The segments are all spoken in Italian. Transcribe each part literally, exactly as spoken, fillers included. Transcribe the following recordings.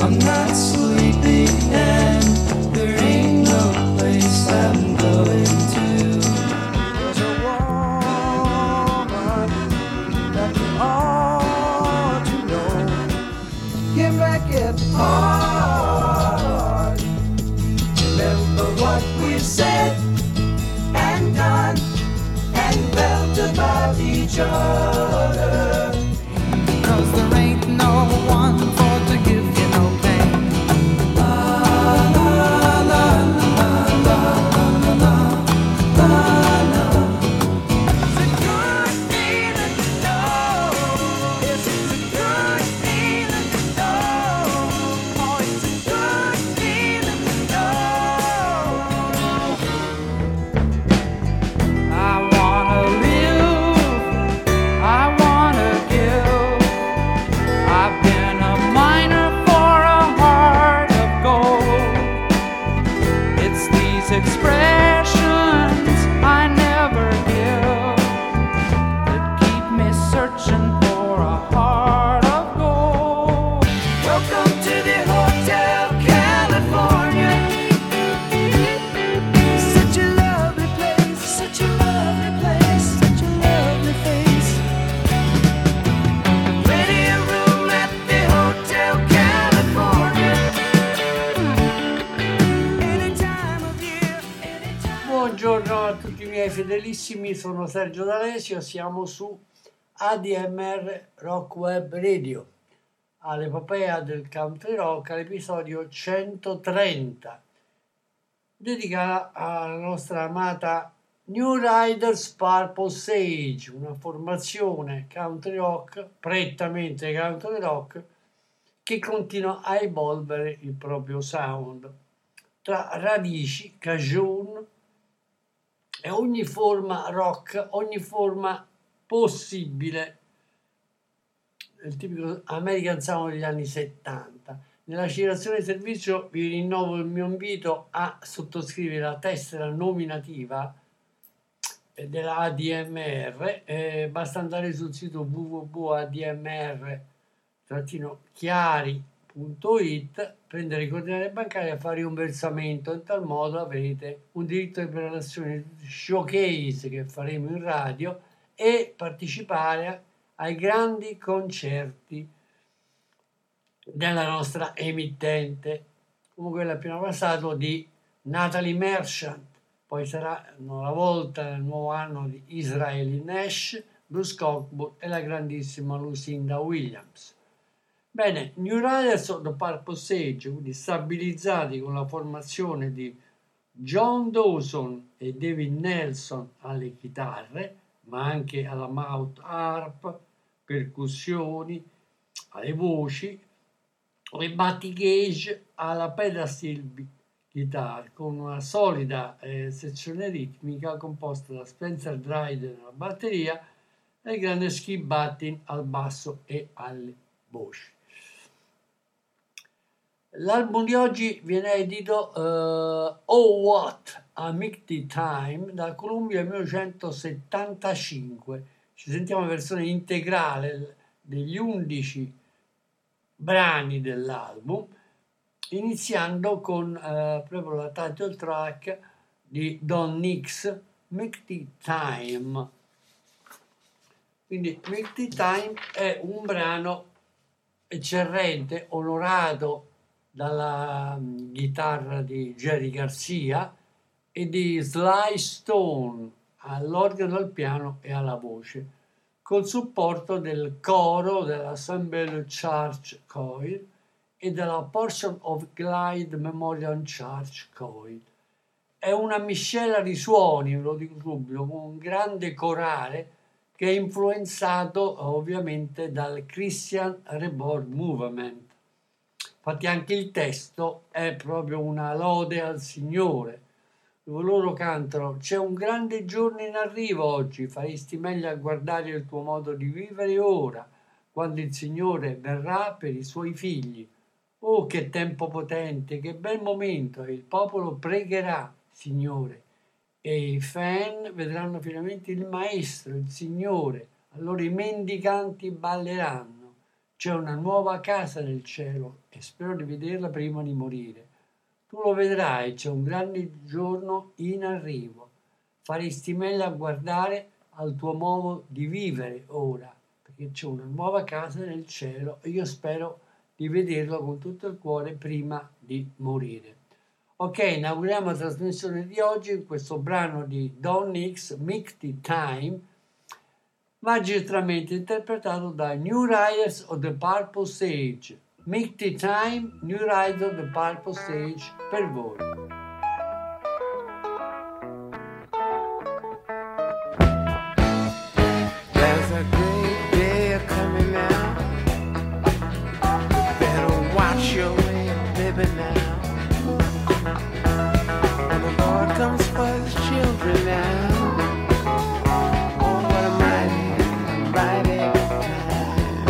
I'm not sleepy and there ain't no place I'm going to. There's a woman that you ought to know. Get back at heart. Remember what we said and done and felt about each other. Cause there ain't no one for to give you no pain. La la la la la la la la la. It's a good feeling to know. It's a good feeling to know. Oh, it's a good feeling to know. I wanna live, I wanna give. I've been a miner for a heart of gold. It's these expressions I never give that keep me searching for a heart of gold. Welcome to the Hotel California. Such a lovely place, such a lovely place, such a lovely face. Ready a room at the Hotel California. Any time of year, any time. Buongiorno a tutti i miei fedelissimi, sono Sergio D'Alessio, siamo su A D M R Rock Web Radio, all'epopea del country rock, all'episodio centotrenta, dedicata alla nostra amata New Riders Purple Sage, una formazione country rock, prettamente country rock, che continua a evolvere il proprio sound tra radici, cajun e ogni forma rock, ogni forma possibile, il tipico American Sound degli anni settanta. Nella citazione di servizio vi rinnovo il mio invito a sottoscrivere la tessera nominativa della A D M R, eh, basta andare sul sito w w w punto a d m r chiari punto i t, prendere i coordinate bancarie e fare un versamento. In tal modo avrete un diritto di prenotazione showcase che faremo in radio e partecipare ai grandi concerti della nostra emittente, come quello appena passato di Natalie Merchant. Poi sarà una volta nel nuovo anno di Israeli Nash, Bruce Cockburn e la grandissima Lucinda Williams. Bene, New Riders of the Purple Sage, quindi stabilizzati con la formazione di John Dawson e David Nelson alle chitarre, ma anche alla mouth harp, percussioni, alle voci, e Buddy Gage alla pedal guitar, con una solida eh, sezione ritmica composta da Spencer Dryden alla batteria e il grande Skip Buttin al basso e alle voci. L'album di oggi viene edito uh, Oh What a Mighty Time da Columbia millenovecentosettantacinque. Ci sentiamo la versione integrale degli undici brani dell'album, iniziando con uh, proprio la title track di Don Nix, Mighty Time. Quindi Mighty Time è un brano eccellente, onorato dalla um, chitarra di Jerry Garcia e di Sly Stone all'organo, al piano e alla voce, col supporto del coro della Samuel Church Choir e della Portion of Glide Memorial Church Choir. È una miscela di suoni, ve lo dico subito, con un grande corale che è influenzato ovviamente dal Christian Reborn Movement. Infatti anche il testo è proprio una lode al Signore, dove loro cantano: c'è un grande giorno in arrivo oggi, faresti meglio a guardare il tuo modo di vivere ora, quando il Signore verrà per i suoi figli. Oh, che tempo potente, che bel momento, e il popolo pregherà, Signore, e i fan vedranno finalmente il Maestro, il Signore, allora i mendicanti balleranno. C'è una nuova casa nel cielo e spero di vederla prima di morire. Tu lo vedrai, c'è un grande giorno in arrivo. Faresti meglio a guardare al tuo modo di vivere ora, perché c'è una nuova casa nel cielo e io spero di vederlo con tutto il cuore prima di morire. Ok, inauguriamo la trasmissione di oggi in questo brano di Don Hicks, Make the Time, magistralmente interpretato da New Riders of the Purple Sage. Make the Time, New Riders of the Purple Sage per voi. There's a great day coming now. Better watch your way of living now. When the Lord comes for his children now. Oh, what a mighty, mighty time.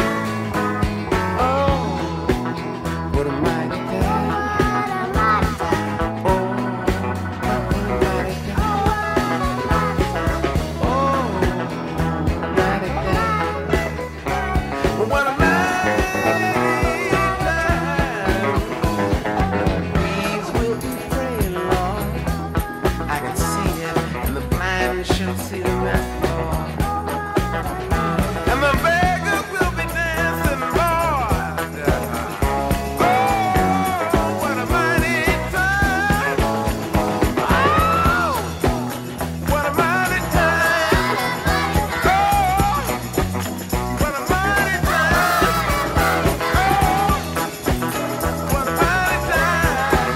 Oh, what a mighty time. Oh, what a mighty time. Oh, mighty time. What a mighty time. These will be praying, Lord. I can see it, and the blind shall see the man, Lord. And the beggars will be dancing, Lord. Oh, what a mighty time. Oh, what a mighty time. Oh, what a mighty time. Oh, what a mighty time.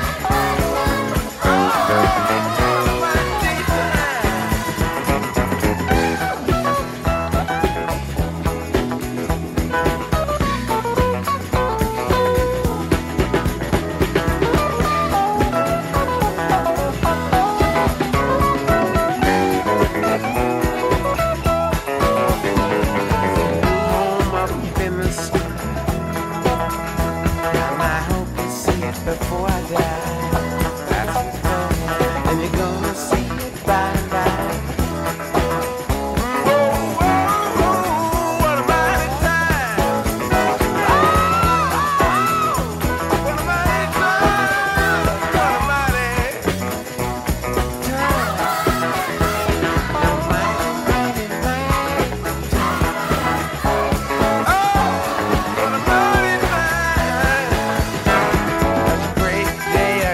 Oh, what a mighty time. Home up in the sky, and I hope you see it before I die. That's the thing, and you're gonna see it by and by. Oh, oh, oh, what a mighty time. Oh, what a mighty time. What a mighty time. A mighty, mighty, mighty time. Oh, what a mighty time. There's a great day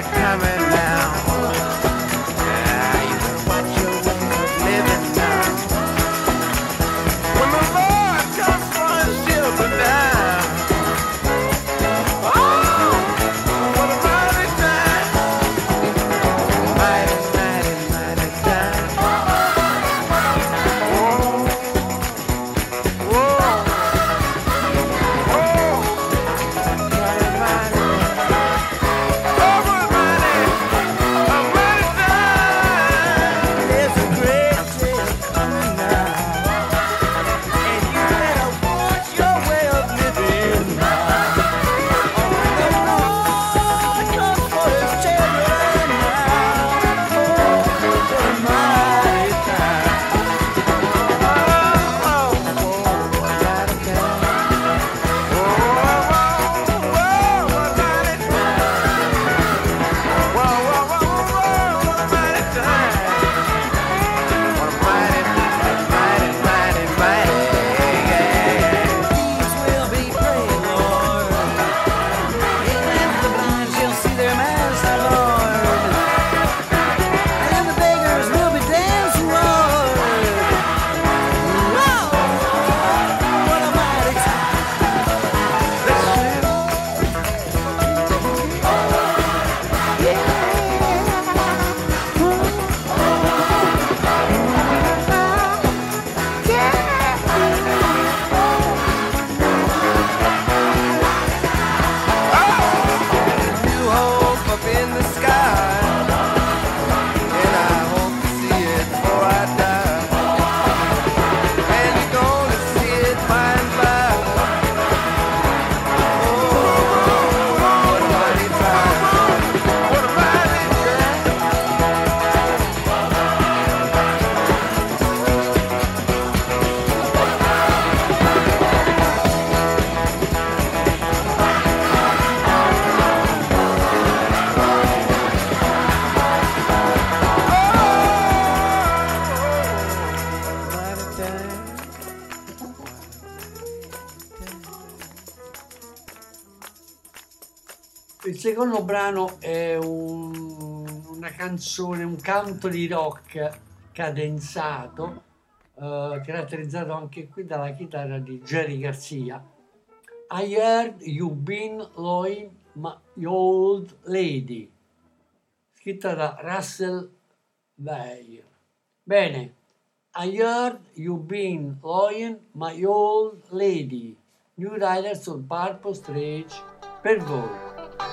Il secondo brano è un- una canzone, un canto di rock cadenzato, eh, caratterizzato anche qui dalla chitarra di Jerry Garcia. I heard you been loving my old lady, scritta da Russell Weir. Bene, I heard you been loving my old lady. New Riders on Purple Stage per voi.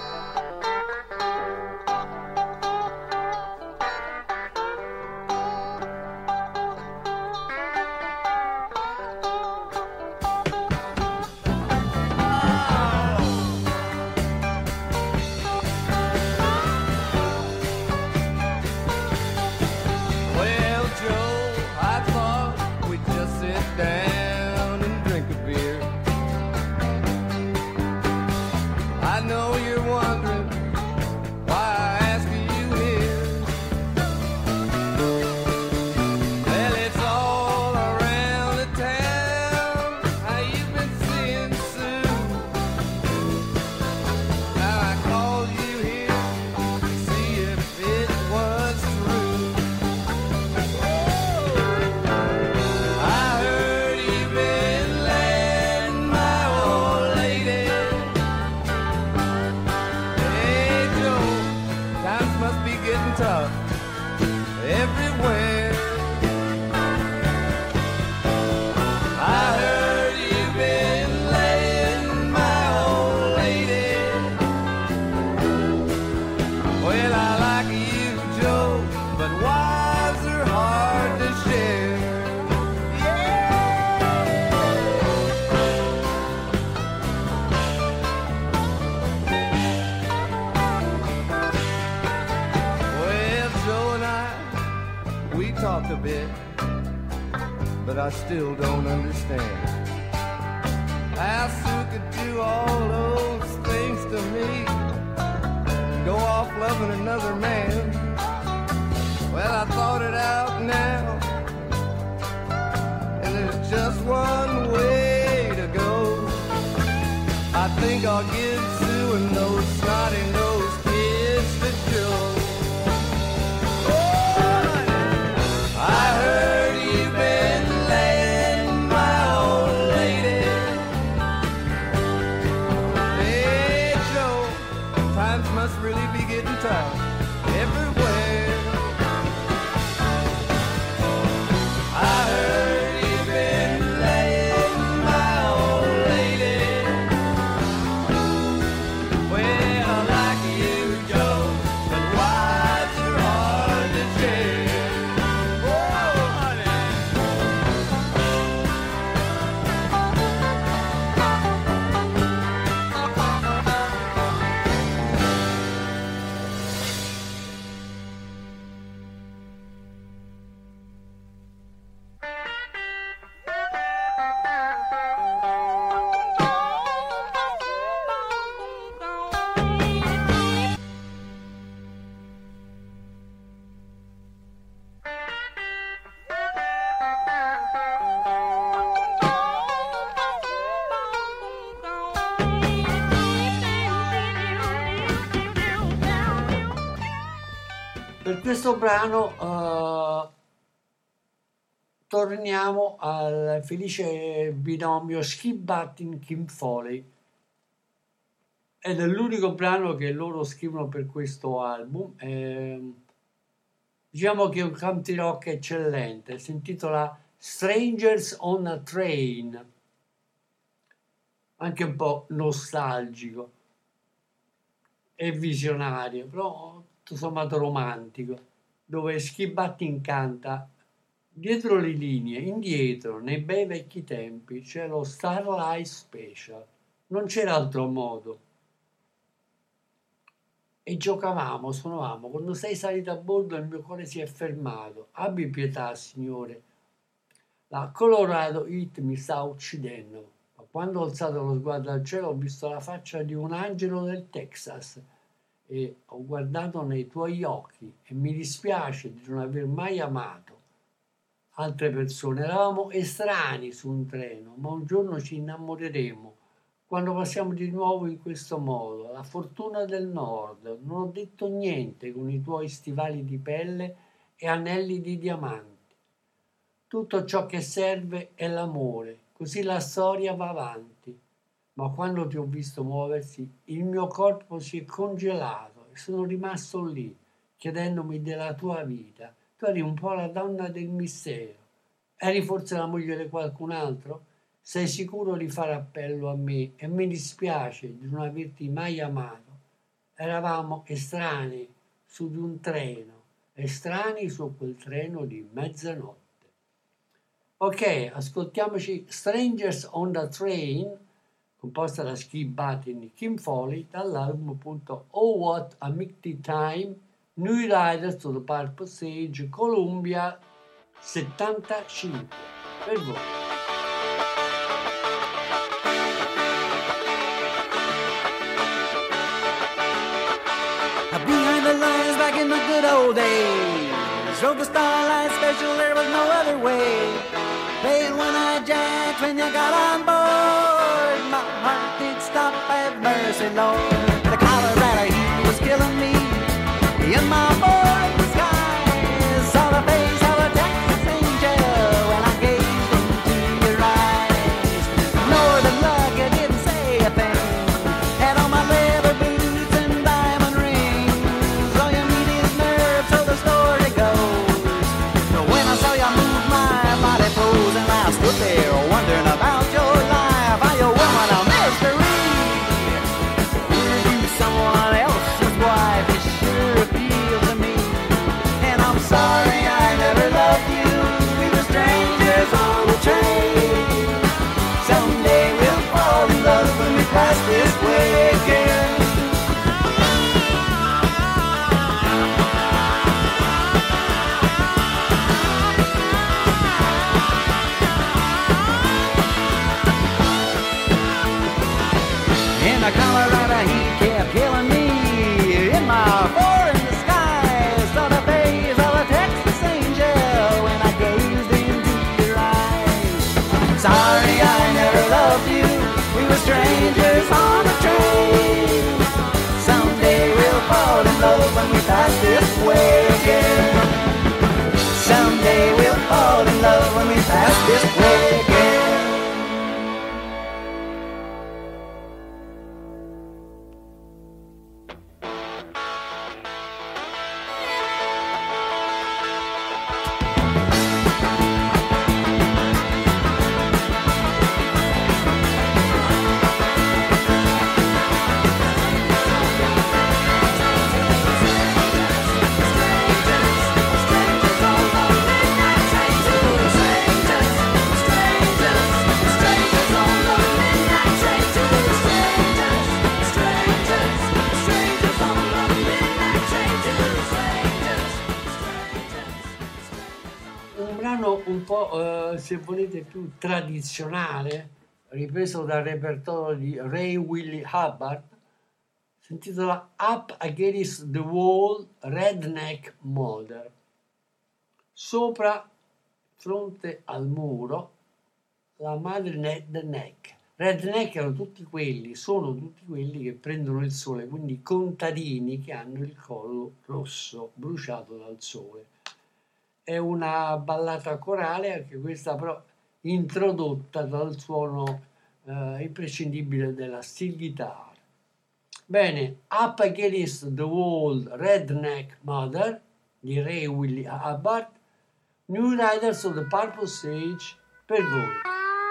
Well, Joe, I thought we'd just sit down and drink a beer. I know you're wondering why I ask you here. Well, it's all around the town how you've been seeing Sue. Now I called you here to see if it was true. I heard you've been letting my old lady. Hey Joe, times must be getting tough everywhere. I heard you've been letting my old lady. Well, I like you, Joe, but wives are hard to share. Well, Joe and I, we talked a bit, but I still don't understand how Sue could do all those things to me, go off loving another man. Well, I thought it out now, and there's just one way to go. I think I'll give Sue and those snotty-nosed kids to Joe. I heard you've been laying my old lady. Hey Joe, times must really be getting tough everywhere. I heard you've been laying my old lady. Well, I like you, Joe, but wives are hard to share. Oh, honey. Per questo brano eh, torniamo al felice binomio Skip Battin-Kim Foley ed è l'unico brano che loro scrivono per questo album. Eh, diciamo che è un country rock eccellente, si intitola Strangers on a Train, anche un po' nostalgico e visionario, però tutto sommato romantico, dove Skip Battin canta: dietro le linee, indietro, nei bei vecchi tempi, c'è lo Starlight Special, non c'era altro modo. E giocavamo, suonavamo, quando sei salito a bordo il mio cuore si è fermato, abbi pietà, signore. La Colorado Heat mi sta uccidendo, ma quando ho alzato lo sguardo al cielo ho visto la faccia di un angelo del Texas e ho guardato nei tuoi occhi e mi dispiace di non aver mai amato altre persone. Eravamo estranei su un treno, ma un giorno ci innamoreremo quando passiamo di nuovo in questo modo. La fortuna del nord, non ho detto niente con i tuoi stivali di pelle e anelli di diamanti. Tutto ciò che serve è l'amore, così la storia va avanti. Ma quando ti ho visto muoversi, il mio corpo si è congelato e sono rimasto lì, chiedendomi della tua vita. Tu eri un po' la donna del mistero. Eri forse la moglie di qualcun altro? Sei sicuro di fare appello a me e mi dispiace di non averti mai amato. Eravamo estranei su di un treno, estranei su quel treno di mezzanotte. Ok, ascoltiamoci Strangers on the Train, composta da Skip Battin e Kim Foley, dall'album appunto Oh What a Mighty Time, New Riders to the Purpose Age, Columbia settantacinque. Per voi. Behind the lines back in the good old days, rode the Starlight Special, there was no other way. Paying one-eyed jacks when you got on board. My heart did stop, have mercy, Lord. The Colorado heat was killing me. In my boarding skies, saw the face of a Texas angel when I gazed into your eyes. Northern luck, you didn't say a thing. Had on my leather boots and diamond rings. All you need is nerve, so the story goes. But when I saw you move, my body froze, and I stood there wondering about your life. Are you a woman of mystery? Were you someone else's wife? You sure appeal to me. And I'm sorry I never loved you. We were strangers on the train. Someday we'll fall in love when we pass this way again. In the Colorado heat kept killing me. In my foreign disguise, saw the face of a Texas angel when I gazed into your eyes. Sorry I never loved you. We were strangers on a train. Someday we'll fall in love when we pass this way again. Someday we'll fall in love when we pass this way again. Un po' eh, se volete più tradizionale, ripreso dal repertorio di Ray Willie Hubbard, si intitola Up Against the Wall, Redneck Mother. Sopra, fronte al muro, la madre redneck. Redneck erano tutti quelli, sono tutti quelli che prendono il sole, quindi contadini che hanno il collo rosso, bruciato dal sole. È una ballata corale, anche questa però introdotta dal suono eh, imprescindibile della steel guitar. Bene, Up Against the Wall, Redneck Mother di Ray Willie Hubbard, New Riders of the Purpose Age per voi.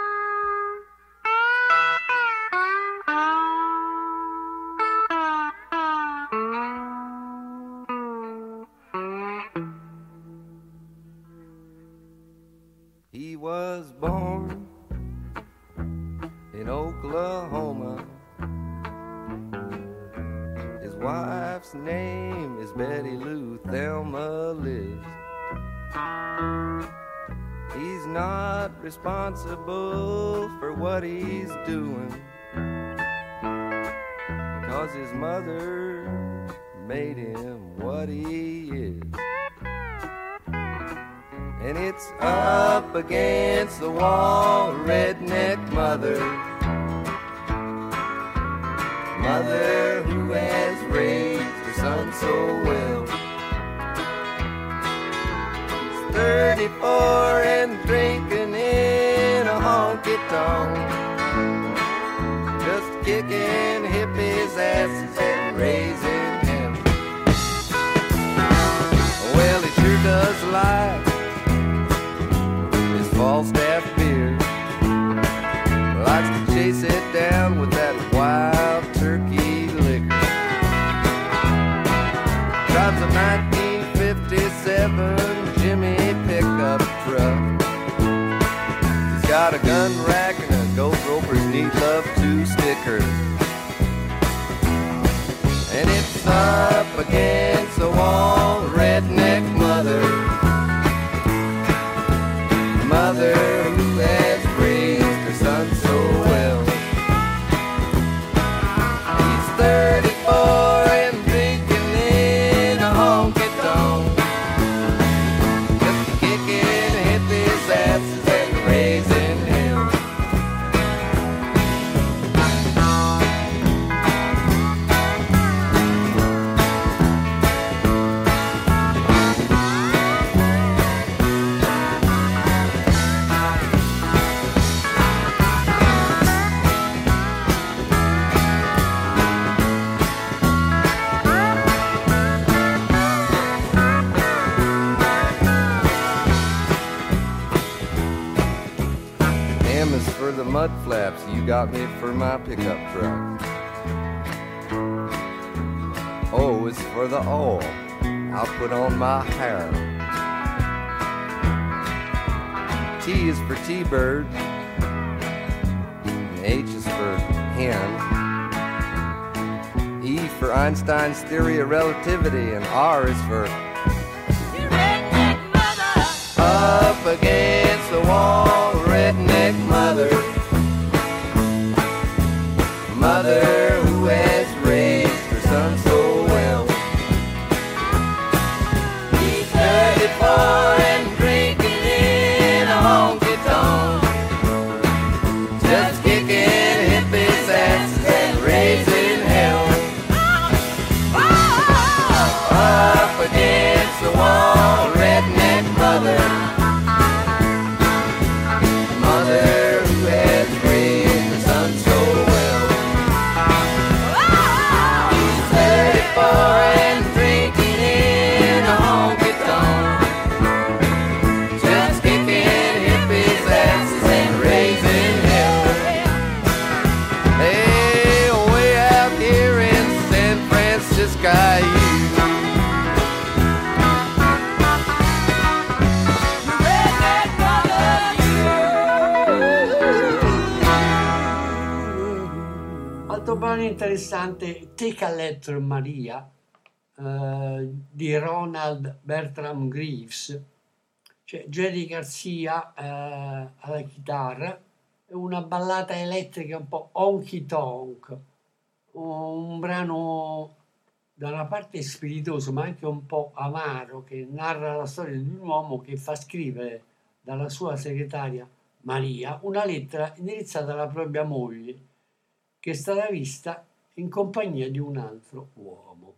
He was born in Oklahoma. His wife's name is Betty Lou Thelma lives. He's not responsible for what he's doing, because his mother made him what he is. And it's up against the wall, redneck mother. mother who has raised her son so well. He's thirty-four and drinking in a honky-tonk, just kicking hippies' asses and raising him. Well, he sure does like his Falstaff beer, likes to chase it down with that wild turkey liquor. Drives a nineteen fifty-seven Jimmy pickup truck. He's got a gun rack and a Ghost Roper's Need Love two sticker. And it's up against the wall, redneck mother, mother who has raised her son so well. He's thirty-four and drinking in a honky-tonk, just kicking hippies' asses and raising hell. M is for the mud flaps you got me for my pickup truck. O is for the oil I'll put on my hair. T is for T-bird, and H is for hen. E for Einstein's theory of relativity, and R is for up against the wall, redneck mother, mother who has raised her son so well. He's thirty-four and drinking in a honky-tonk, just kicking hippies' asses and raising hell. Up against the wall, redneck mother, mother who has raised her son so well. He's thirty-four and drinking in a honky-tonk, just kicking hippies' asses and raising hell. Hey, way out here in San Francisco, you altro brano interessante, Take a Letter Maria, eh, di Ronald Bertram Greaves. C'è Jerry Garcia eh, alla chitarra e una ballata elettrica un po' honky tonk, un brano da una parte spiritoso ma anche un po' amaro, che narra la storia di un uomo che fa scrivere dalla sua segretaria Maria una lettera indirizzata alla propria moglie, che è stata vista in compagnia di un altro uomo.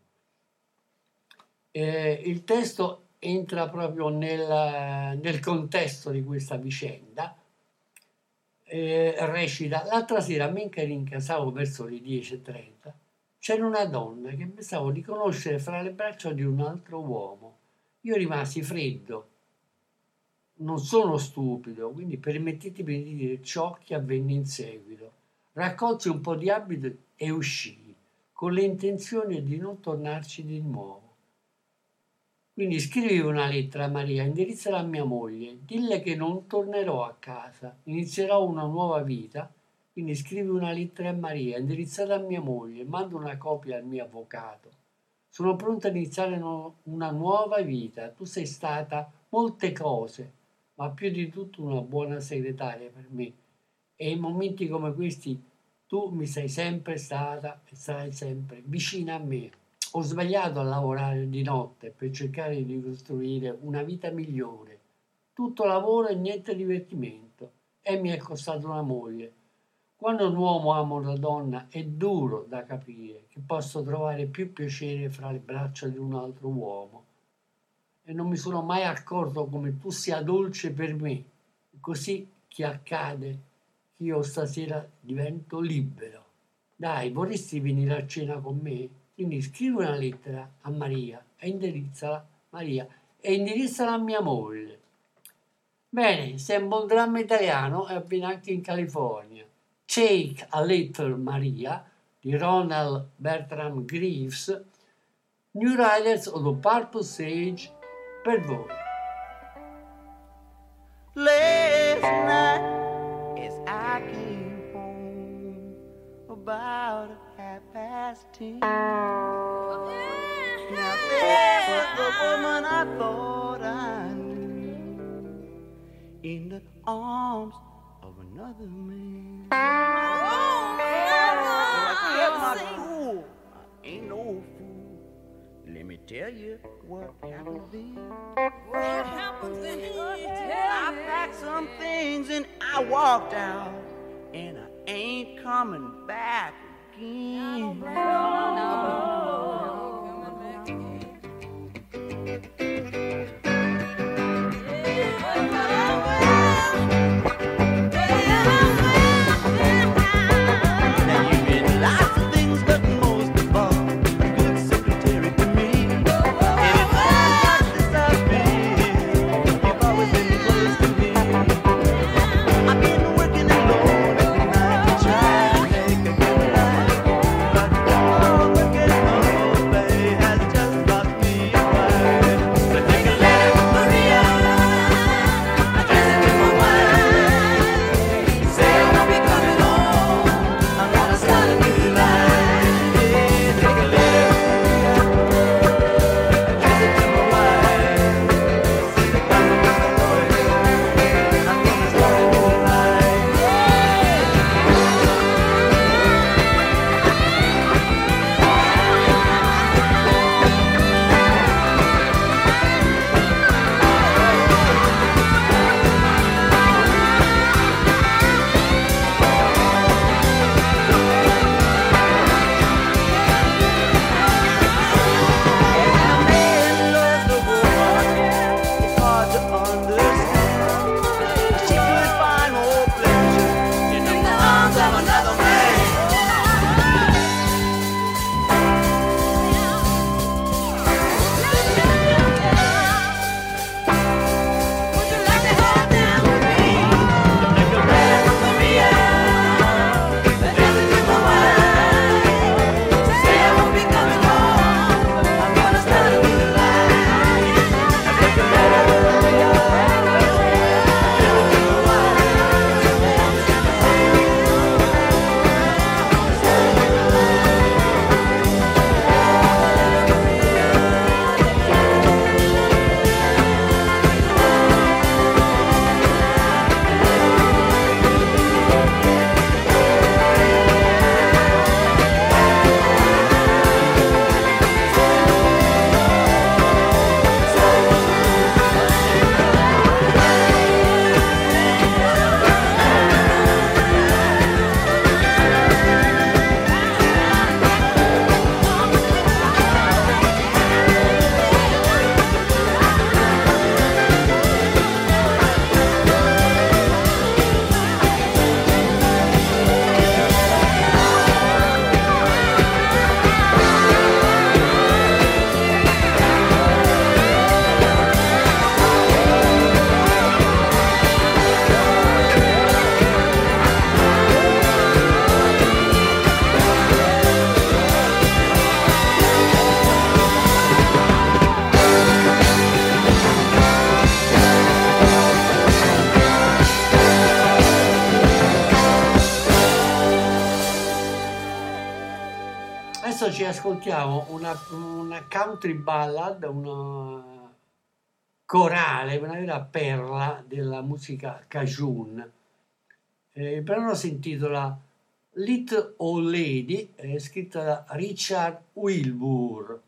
Eh, il testo entra proprio nel, nel contesto di questa vicenda. Eh, recita: l'altra sera, mentre rincasavo verso le dieci e trenta, c'era una donna che pensavo di conoscere fra le braccia di un altro uomo. Io rimasi freddo. Non sono stupido, quindi permettetemi di dire ciò che avvenne in seguito. Raccolsi un po' di abiti e uscii, con le intenzioni di non tornarci di nuovo. Quindi scrivi una lettera a Maria, indirizzala a mia moglie, dille che non tornerò a casa, inizierò una nuova vita. Quindi scrivi una lettera a Maria, indirizzata a mia moglie, mando una copia al mio avvocato. Sono pronta a iniziare no- una nuova vita. Tu sei stata molte cose, ma più di tutto una buona segretaria per me. E in momenti come questi tu mi sei sempre stata e sarai sempre vicina a me. Ho sbagliato a lavorare di notte per cercare di costruire una vita migliore. Tutto lavoro e niente divertimento. E mi è costato una moglie. Quando un uomo ama una donna è duro da capire che posso trovare più piacere fra le braccia di un altro uomo. E non mi sono mai accorto come tu sia dolce per me. Così che accade che io stasera divento libero. Dai, vorresti venire a cena con me? Quindi scrivi una lettera a Maria e indirizzala, Maria, e indirizzala a mia moglie. Bene, sembra un dramma italiano e avviene anche in California. Take a Letter Maria di Ronald Bertram Greaves, New Riders of the Purple Sage per voi. Last night as I came home about half past ten. Now there was the woman I thought I knew in the arms of another man. Oh, I'm not fool. I ain't no fool. Let me tell you what happened then. What happened then? I packed some things and I walked out, and I ain't coming back again. Now you did lots of things, but most of all, a good secretary to me. Anytime I disappear, you've always been close to me. I've been working alone every night to try to make a good life, but all the working alone, babe, has just got me away. So take a letter, Maria, address it to my wife. Say I won't be coming home, I'm gonna start a new life. Yeah, take a letter, address it to my wife. Say the coming of the Lord, I'm gonna start a new life. A man loves a woman, it's hard to understand. She could find more pleasure in the arms of another man. Would you like to hold down with me? Take a letter, Maria, address it to my wife. Say I won't be coming home, I'm gonna start a new life. Take a letter, Maria, address it to my Adesso ci ascoltiamo una, una country ballad, una corale, una vera perla della musica cajun. Eh, il brano si intitola Little Old Lady, è scritta da Richard Wilbur.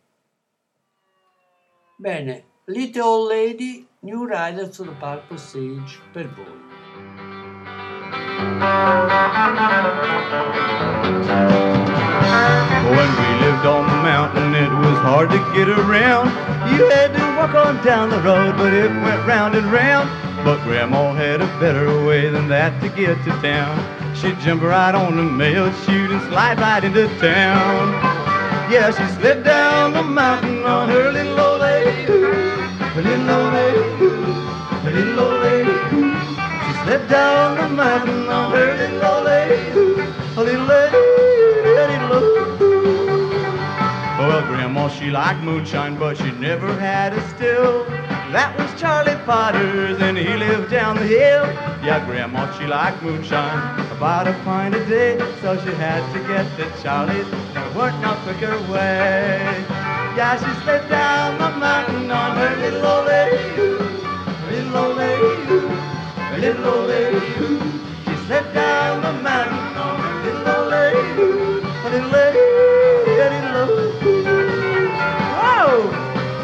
Bene, Little Old Lady, New Riders of the Purple Sage per voi. When we lived on the mountain, it was hard to get around. You had to walk on down the road, but it went round and round. But Grandma had a better way than that to get to town. She'd jump right on the mail chute and slide right into town. Yeah, she slid down the mountain on her little old lady, her little old lady, her little old lady. She slid down the mountain on her little old lady, her little lady, her little old. Well, Grandma, she liked moonshine, but she never had a still. That was Charlie Potter's, and he lived down the hill. Yeah, Grandma, she liked moonshine, about a pint a day, so she had to get to Charlie's. There weren't no quicker way. Yeah, she slid down the mountain on her little old lady, her little old lady, her little old lady. She slid down the mountain on her little old lady, her little lady, her little old lady. Whoa!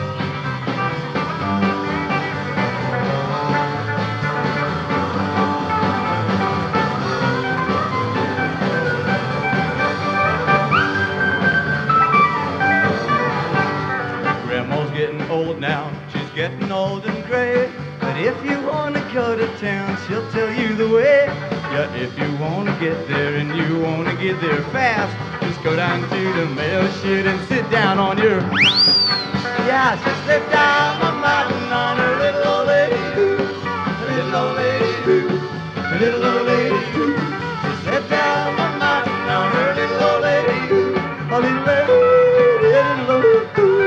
Old now, she's getting old and gray. But if you want to go to town, she'll tell you the way. Yeah, if you want to get there and you want to get there fast, just go down to the mail chute and sit down on your... Yeah, she slipped down the mountain on her little old lady, her little old lady, her little old lady. She slipped down the mountain on her little old lady, her little lady, her little old lady.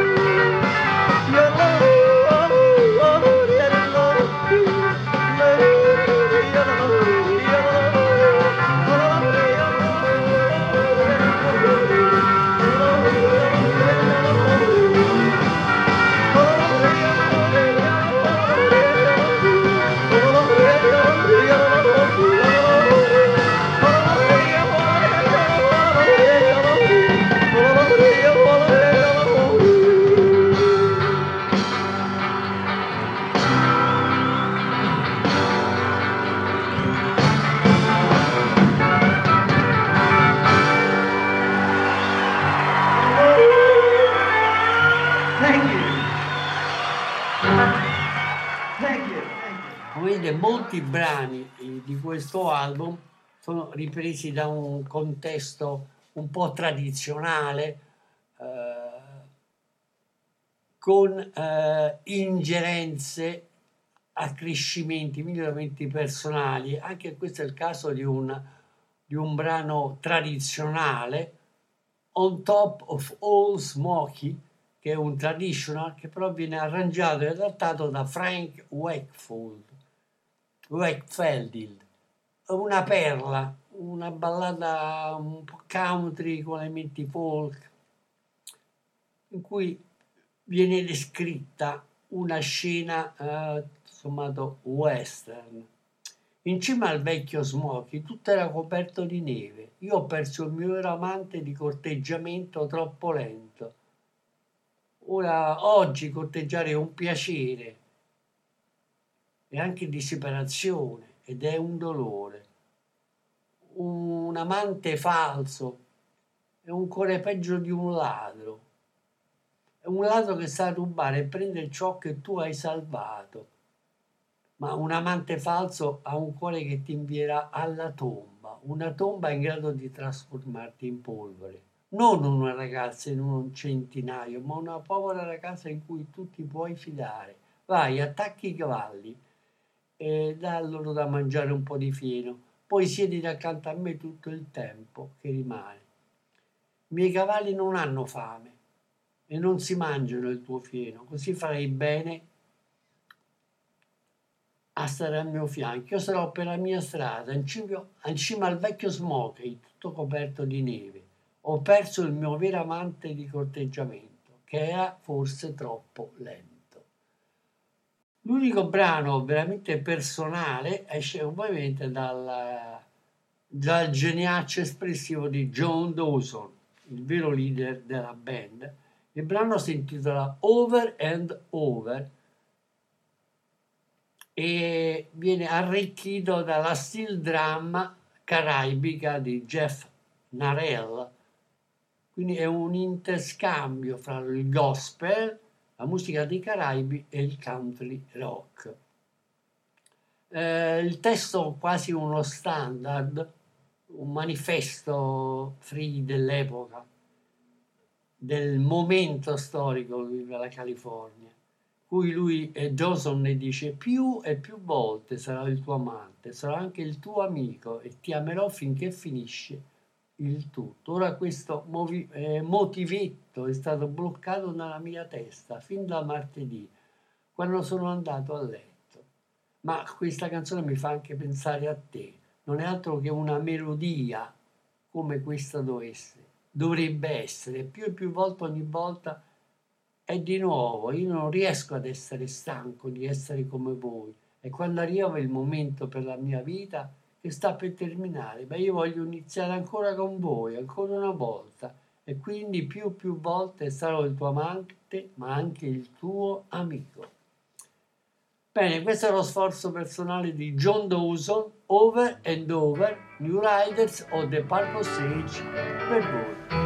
Molti brani di questo album sono ripresi da un contesto un po' tradizionale, eh, con eh, ingerenze, accrescimenti, miglioramenti personali. Anche questo è il caso di un, di un brano tradizionale, On Top of All Smoky, che è un traditional che però viene arrangiato e adattato da Frank Wakefield. Wakefield, una perla, una ballata un po' country con elementi folk, in cui viene descritta una scena eh, sommato western. In cima al vecchio Smoky tutto era coperto di neve. Io ho perso il mio vero amante di corteggiamento troppo lento. Ora, oggi corteggiare è un piacere e anche di separazione, ed è un dolore. Un amante falso è un cuore peggio di un ladro. È un ladro che sa rubare e prende ciò che tu hai salvato. Ma un amante falso ha un cuore che ti invierà alla tomba, una tomba in grado di trasformarti in polvere. Non una ragazza in un centinaio, ma una povera ragazza in cui tu ti puoi fidare. Vai, attacchi i cavalli e dà loro da mangiare un po' di fieno, poi siediti accanto a me tutto il tempo che rimane. I miei cavalli non hanno fame e non si mangiano il tuo fieno, così farai bene a stare al mio fianco. Io sarò per la mia strada, in cima, in cima al vecchio Smoky, tutto coperto di neve. Ho perso il mio vero amante di corteggiamento, che era forse troppo lento. L'unico brano veramente personale esce ovviamente dal, dal geniaccio espressivo di John Dawson, il vero leader della band. Il brano si intitola Over and Over e viene arricchito dalla steel drum caraibica di Jeff Narell. Quindi è un interscambio fra il gospel, la musica dei Caraibi e il country rock. Eh, il testo quasi uno standard, un manifesto free dell'epoca, del momento storico che vive la California, cui lui e Dawson ne dice: più e più volte sarò il tuo amante, sarò anche il tuo amico e ti amerò finché finisce il tutto. Ora questo movi- eh, motivetto è stato bloccato nella mia testa fin da martedì, quando sono andato a letto. Ma questa canzone mi fa anche pensare a te. Non è altro che una melodia come questa dovesse, dovrebbe essere. Più e più volte, ogni volta è di nuovo. Io non riesco ad essere stanco di essere come voi. E quando arriva il momento per la mia vita che sta per terminare, beh, io voglio iniziare ancora con voi, ancora una volta. E quindi più e più volte sarò il tuo amante, ma anche il tuo amico. Bene, questo è lo sforzo personale di John Dawson, Over and Over, New Riders o The Purple Sage per voi.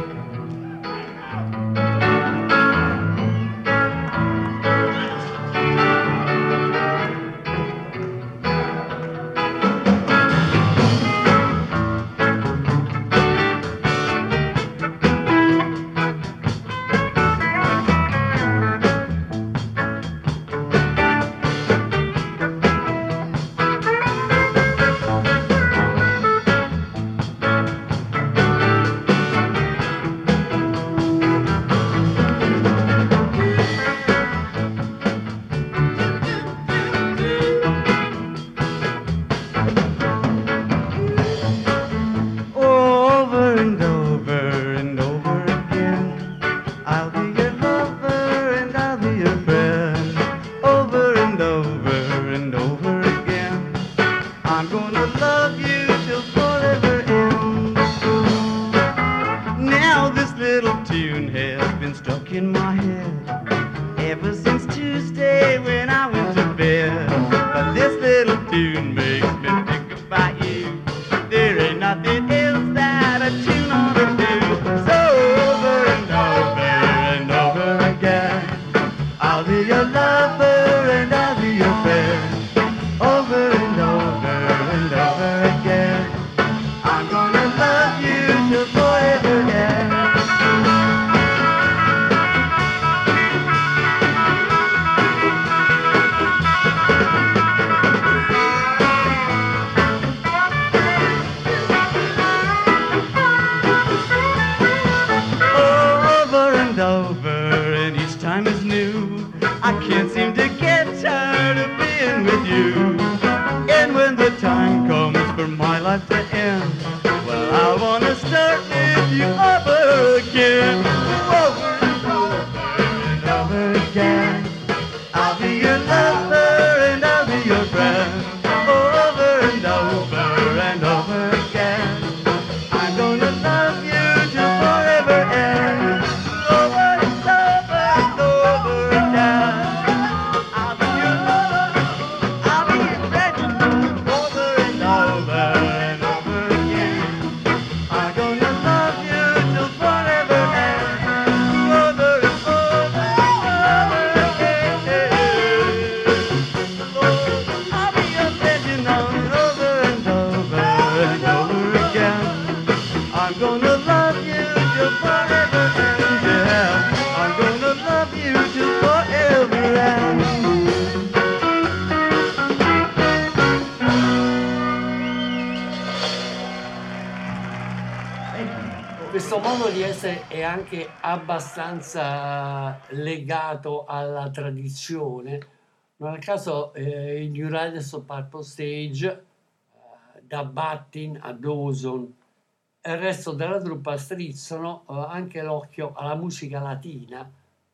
Questo modo di essere è anche abbastanza legato alla tradizione. Non a caso eh, i New Riders of Purple Sage, eh, da Battin a Dawson e il resto della truppa strizzano eh, anche l'occhio alla musica latina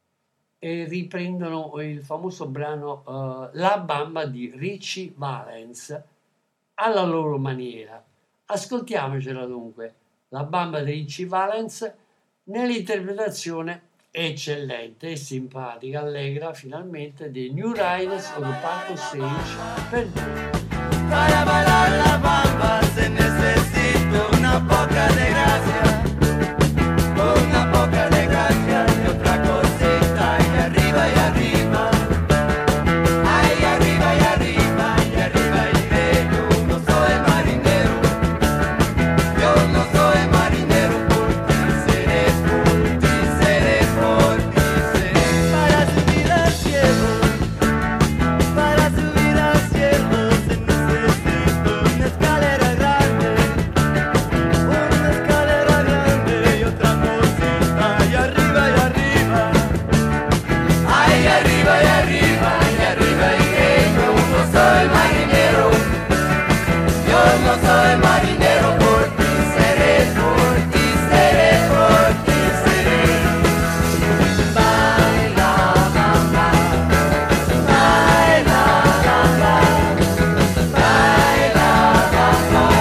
e riprendono il famoso brano eh, La Bamba di Richie Valens alla loro maniera. Ascoltiamocela dunque. La Bamba di Richie Valens nell'interpretazione eccellente e simpatica, allegra finalmente dei New Riders of the Purple Sage per voi. Para bailar la bamba se necesita una poca de gracia, una poca de gracia y otra cosita y arriba y arriba, ay arriba y arriba y arriba iré. Yo no soy marinero, yo no soy marinero, por ti seré, por ti seré, por ti seré. Para subir al cielo, para subir al cielo se necesita una escalera grande, una escalera grande y otra cosita y arriba y arriba, ay arriba y arriba y arriba iré. Yo no soy marinero, yo no soy marinero, por ti seré, por ti seré, por ti seré. Baila, bamba, baila, bamba, baila, bamba.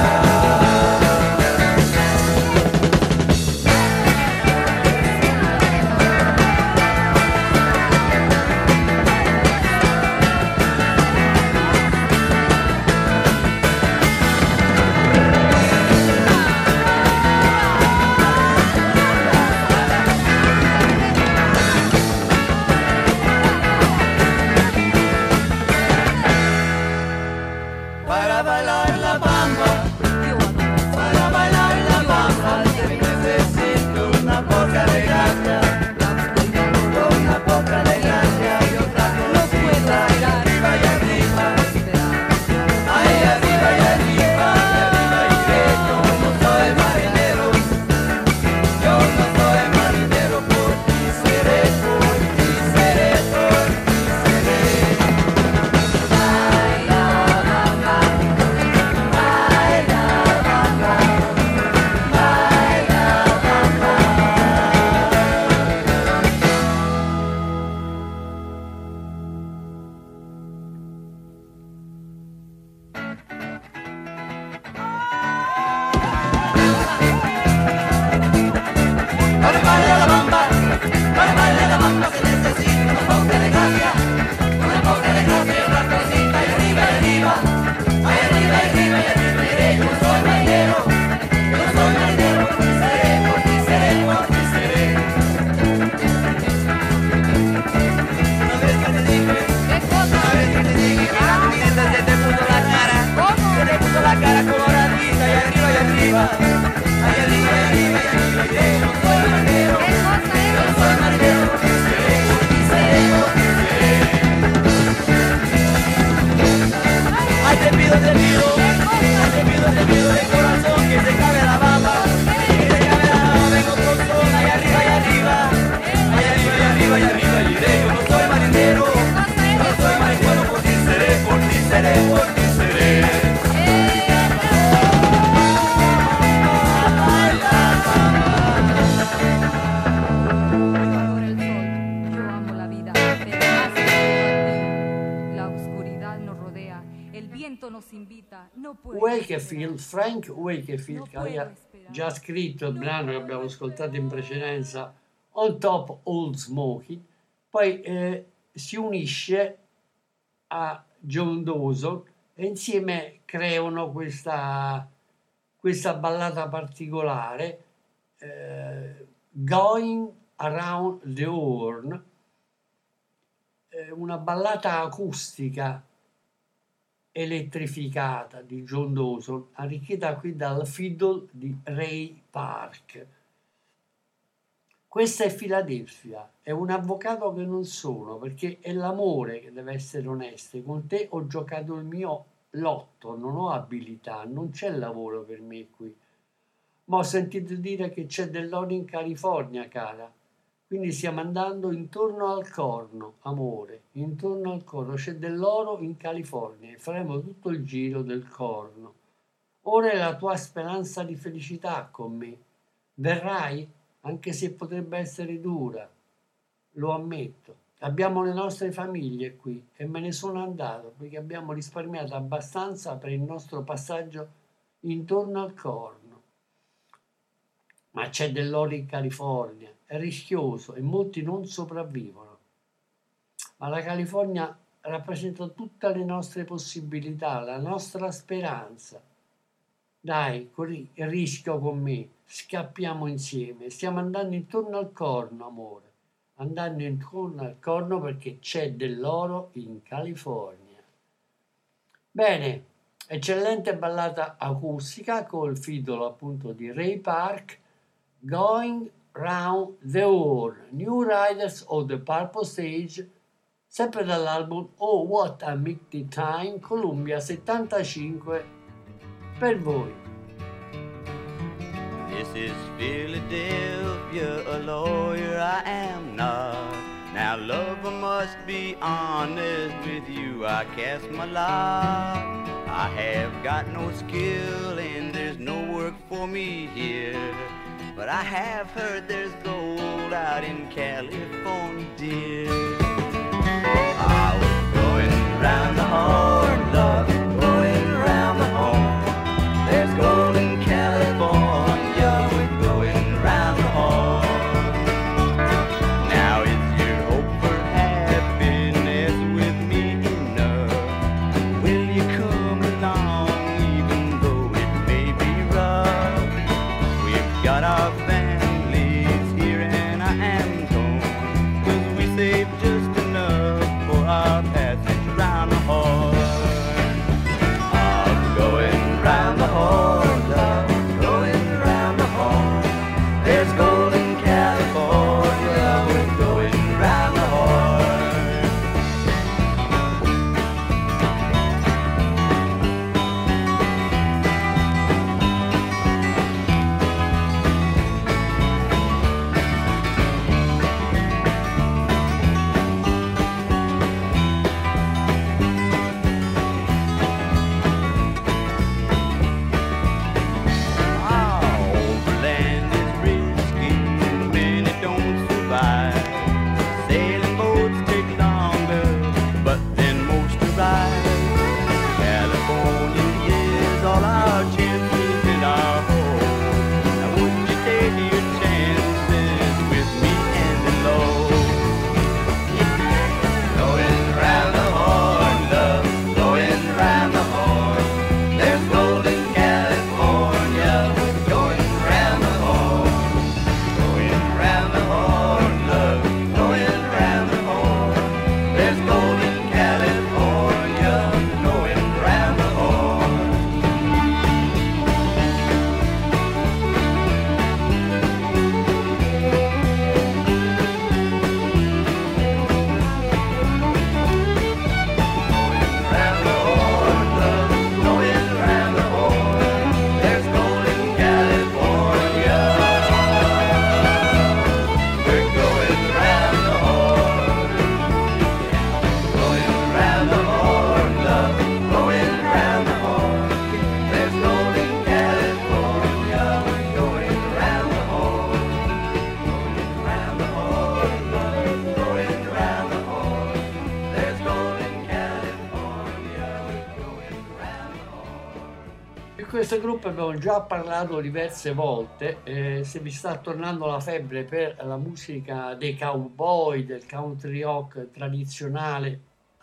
Para bailar la bamba, para bailar la bamba, necesito una poca de gracia, una poca de gracia y otra cosita y arriba y arriba, ay arriba y arriba y arriba iré. Yo no soy marinero, yo no soy marinero, por ti seré, por ti seré, por ti seré. Baila, bamba, baila, bamba, baila, bamba. Para bailar la bamba, para bailar la bamba se necesita una poca de gracia, una poca de gracia y otra cosita y arriba y arriba, ay arriba y arriba y arriba iré. Yo no soy marinero, yo no soy marinero, por ti seré, por ti seré, por ti seré. Una vez que te dije, una vez que te dije que la niñita se te puso la cara, se te puso la cara coloradita y arriba y arriba, ay arriba y arriba y arriba iré. Yo no soy marinero, yo no soy marinero, por ti seré, por ti seré, por ti seré. Ay te pido, te pido, ay te pido, te pido de corazón que se cabe la bamba, que se cabe la bamba, vengo con sol, ay arriba y arriba, ay arriba y arriba y arriba iré. Yo no soy marinero, yo no soy marinero, por ti seré, por ti seré, por ti seré. Adoro el sol, yo amo la vida, pero más que todo a ti. La oscuridad nos rodea, el viento nos invita, no puedo Wakefield, esperar. Frank Wakefield, Non che aveva puedo sperare. già scritto il brano che abbiamo ascoltato in precedenza, On Top Old Smoky, poi eh, si unisce a John Dawson e insieme creano questa, questa ballata particolare, eh, Going Around the Horn, eh, una ballata acustica elettrificata di John Dawson, arricchita qui dal fiddle di Ray Park. Questa è Philadelphia, è un avvocato che non sono, perché è l'amore che deve essere onesto. Con te ho giocato il mio lotto, non ho abilità, non c'è lavoro per me qui. Ma ho sentito dire che c'è dell'oro in California, cara. Quindi stiamo andando intorno al corno, amore, intorno al corno. C'è dell'oro in California e faremo tutto il giro del corno. Ora è la tua speranza di felicità con me. Verrai? Anche se potrebbe essere dura, lo ammetto. Abbiamo le nostre famiglie qui e me ne sono andato perché abbiamo risparmiato abbastanza per il nostro passaggio intorno al corno. Ma c'è dell'oro in California, è rischioso e molti non sopravvivono. Ma la California rappresenta tutte le nostre possibilità, la nostra speranza. Dai, corri, rischio con me, scappiamo insieme. Stiamo andando intorno al corno, amore. Andando intorno al corno perché c'è dell'oro in California. Bene, eccellente ballata acustica col fiddle appunto di Ray Park, Going Round the World, New Riders of the Purple Sage, sempre dall'album Oh What a Mighty Time, Columbia settantacinque, per voi. This is Philadelphia, a lawyer I am not. Now lover must be honest with you, I cast my lot. I have got no skill and there's no work for me here, but I have heard there's gold out in California, dear. I was going round the horn, love, going round the horn. There's gold in California, we're going round the horn. Now is your hope for happiness with me enough? Will you come along even though it may be rough? We've got our families here and I am torn, 'cause we save just enough for our passage round the horn. I'm going round the horn, love, going round the horn. There's gold in California, we're going round the horn. Questo gruppo abbiamo già parlato diverse volte, eh, se vi sta tornando la febbre per la musica dei cowboy, del country rock tradizionale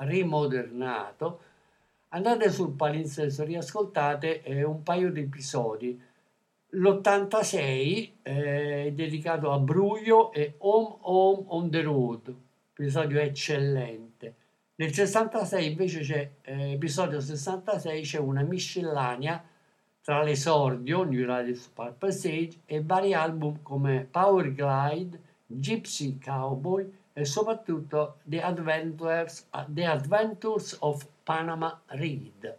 rimodernato, andate sul palinsesto e riascoltate eh, un paio di episodi. L'ottantasei eh, è dedicato a Bruglio e Home Home on the Road, episodio eccellente. Nel sessantasei invece c'è, eh, episodio sessantasei, c'è una miscellanea tra l'esordio, New Riders Purple Sage, e vari album come Power Glide, Gypsy Cowboy e soprattutto The Adventures, The Adventures of Panama Reed.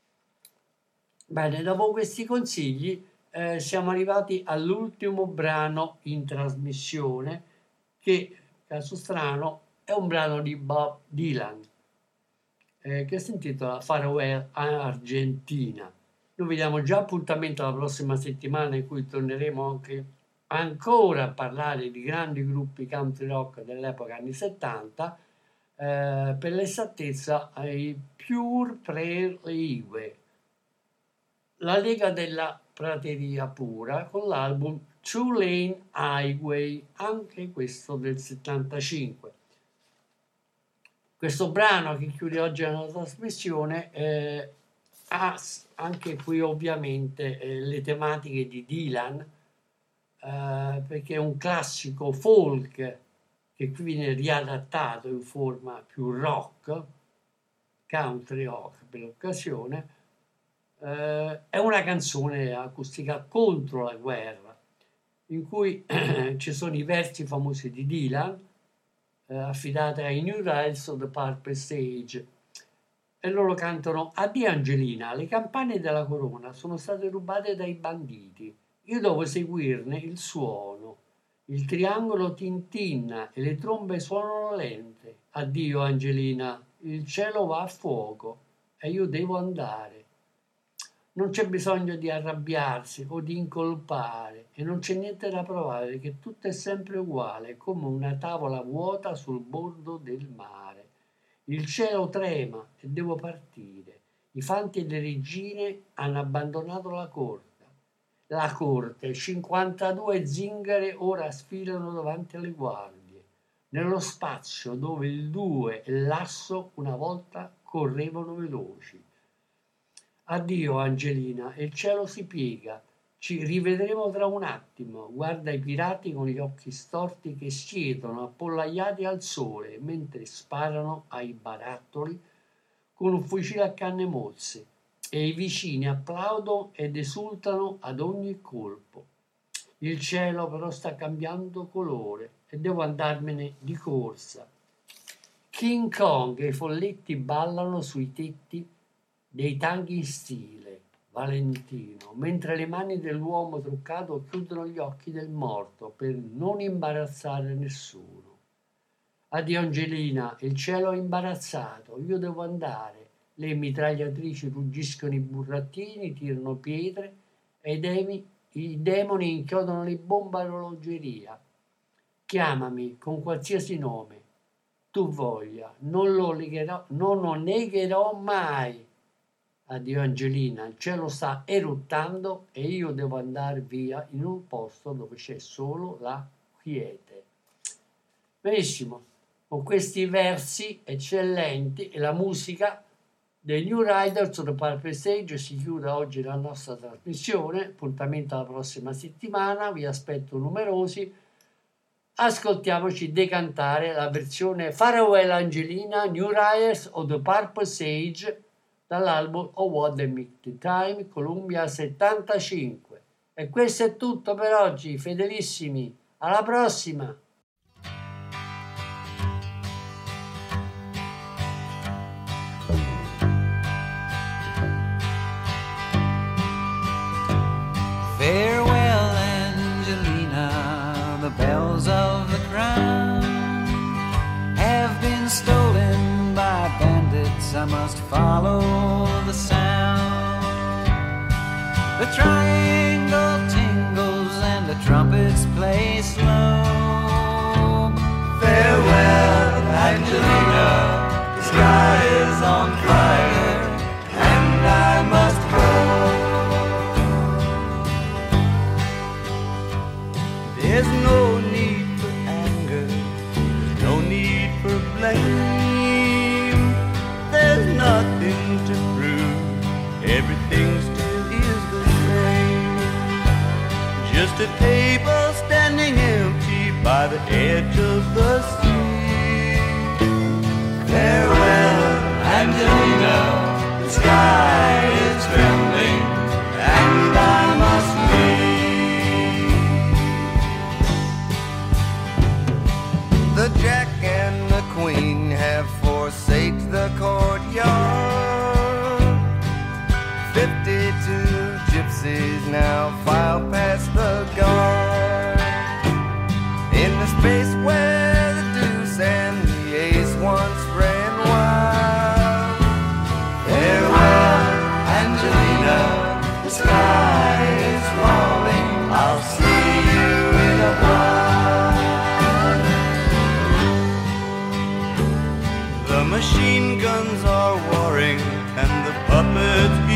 Bene, dopo questi consigli eh, siamo arrivati all'ultimo brano in trasmissione, che, caso strano, è un brano di Bob Dylan, eh, che si intitola Farewell Argentina. Noi vi diamo già appuntamento la prossima settimana, in cui torneremo anche ancora a parlare di grandi gruppi country rock dell'epoca anni settanta, eh, per l'esattezza ai Pure Prayer Highway, la Lega della Prateria Pura, con l'album Two Lane Highway, anche questo del settantacinque. Questo brano che chiude oggi la nostra trasmissione eh, ha s- anche qui ovviamente eh, le tematiche di Dylan, eh, perché è un classico folk che qui viene riadattato in forma più rock, country rock per l'occasione. Eh, è una canzone acustica contro la guerra, in cui ci sono i versi famosi di Dylan, eh, affidate ai New Riders of the Purple Sage, e loro cantano: addio Angelina, le campane della corona sono state rubate dai banditi, io devo seguirne il suono, il triangolo tintinna e le trombe suonano lente. Addio Angelina, il cielo va a fuoco e io devo andare. Non c'è bisogno di arrabbiarsi o di incolpare, e non c'è niente da provare, perché tutto è sempre uguale, come una tavola vuota sul bordo del mare. Il cielo trema e devo partire. I fanti e le regine hanno abbandonato la corte. La corte, cinquantadue zingare ora sfilano davanti alle guardie, nello spazio dove il due e l'asso una volta correvano veloci. Addio Angelina, il cielo si piega, ci rivedremo tra un attimo. Guarda i pirati con gli occhi storti che siedono appollaiati al sole mentre sparano ai barattoli con un fucile a canne mozze, e i vicini applaudono ed esultano ad ogni colpo. Il cielo però sta cambiando colore e devo andarmene di corsa. King Kong e i folletti ballano sui tetti dei tanghi in stile valentino, mentre le mani dell'uomo truccato chiudono gli occhi del morto per non imbarazzare nessuno. Addio Angelina, il cielo è imbarazzato, io devo andare. Le mitragliatrici ruggiscono i burattini, tirano pietre e i, demi, i demoni inchiodano le bombe all'orologeria. Chiamami con qualsiasi nome tu voglia, non lo negherò, non lo negherò mai. Addio Angelina, il cielo sta eruttando e io devo andare via in un posto dove c'è solo la quiete. Benissimo, con questi versi eccellenti e la musica dei New Riders of the Purple Sage si chiude oggi la nostra trasmissione. Appuntamento alla prossima settimana, vi aspetto numerosi. Ascoltiamoci decantare la versione Farewell Angelina, New Riders of the Purple Sage, dall'album Oh What the Mighty Time, Columbia settantacinque. E questo è tutto per oggi, fedelissimi. Alla prossima! Farewell, Angelina, the bells of the crown have been stolen by bandits. I must follow the sound. The triangle tingles and the trumpets play slow. Farewell, Angelina, the sky is on fire and I must go. There's no need for anger, no need for blame. There's nothing to prove, everything still is the same. Just a table standing empty by the edge of the sea. Farewell, Angelina, the sky is trembling and I must leave. The Jack and the Queen have forsaked the courtyard. Fifty-two gypsies now file past the guard. In the space where the deuce and the ace once ran wild. Farewell, Angelina, the sky is falling. I'll see you in a while. The machine guns are warring and the puppets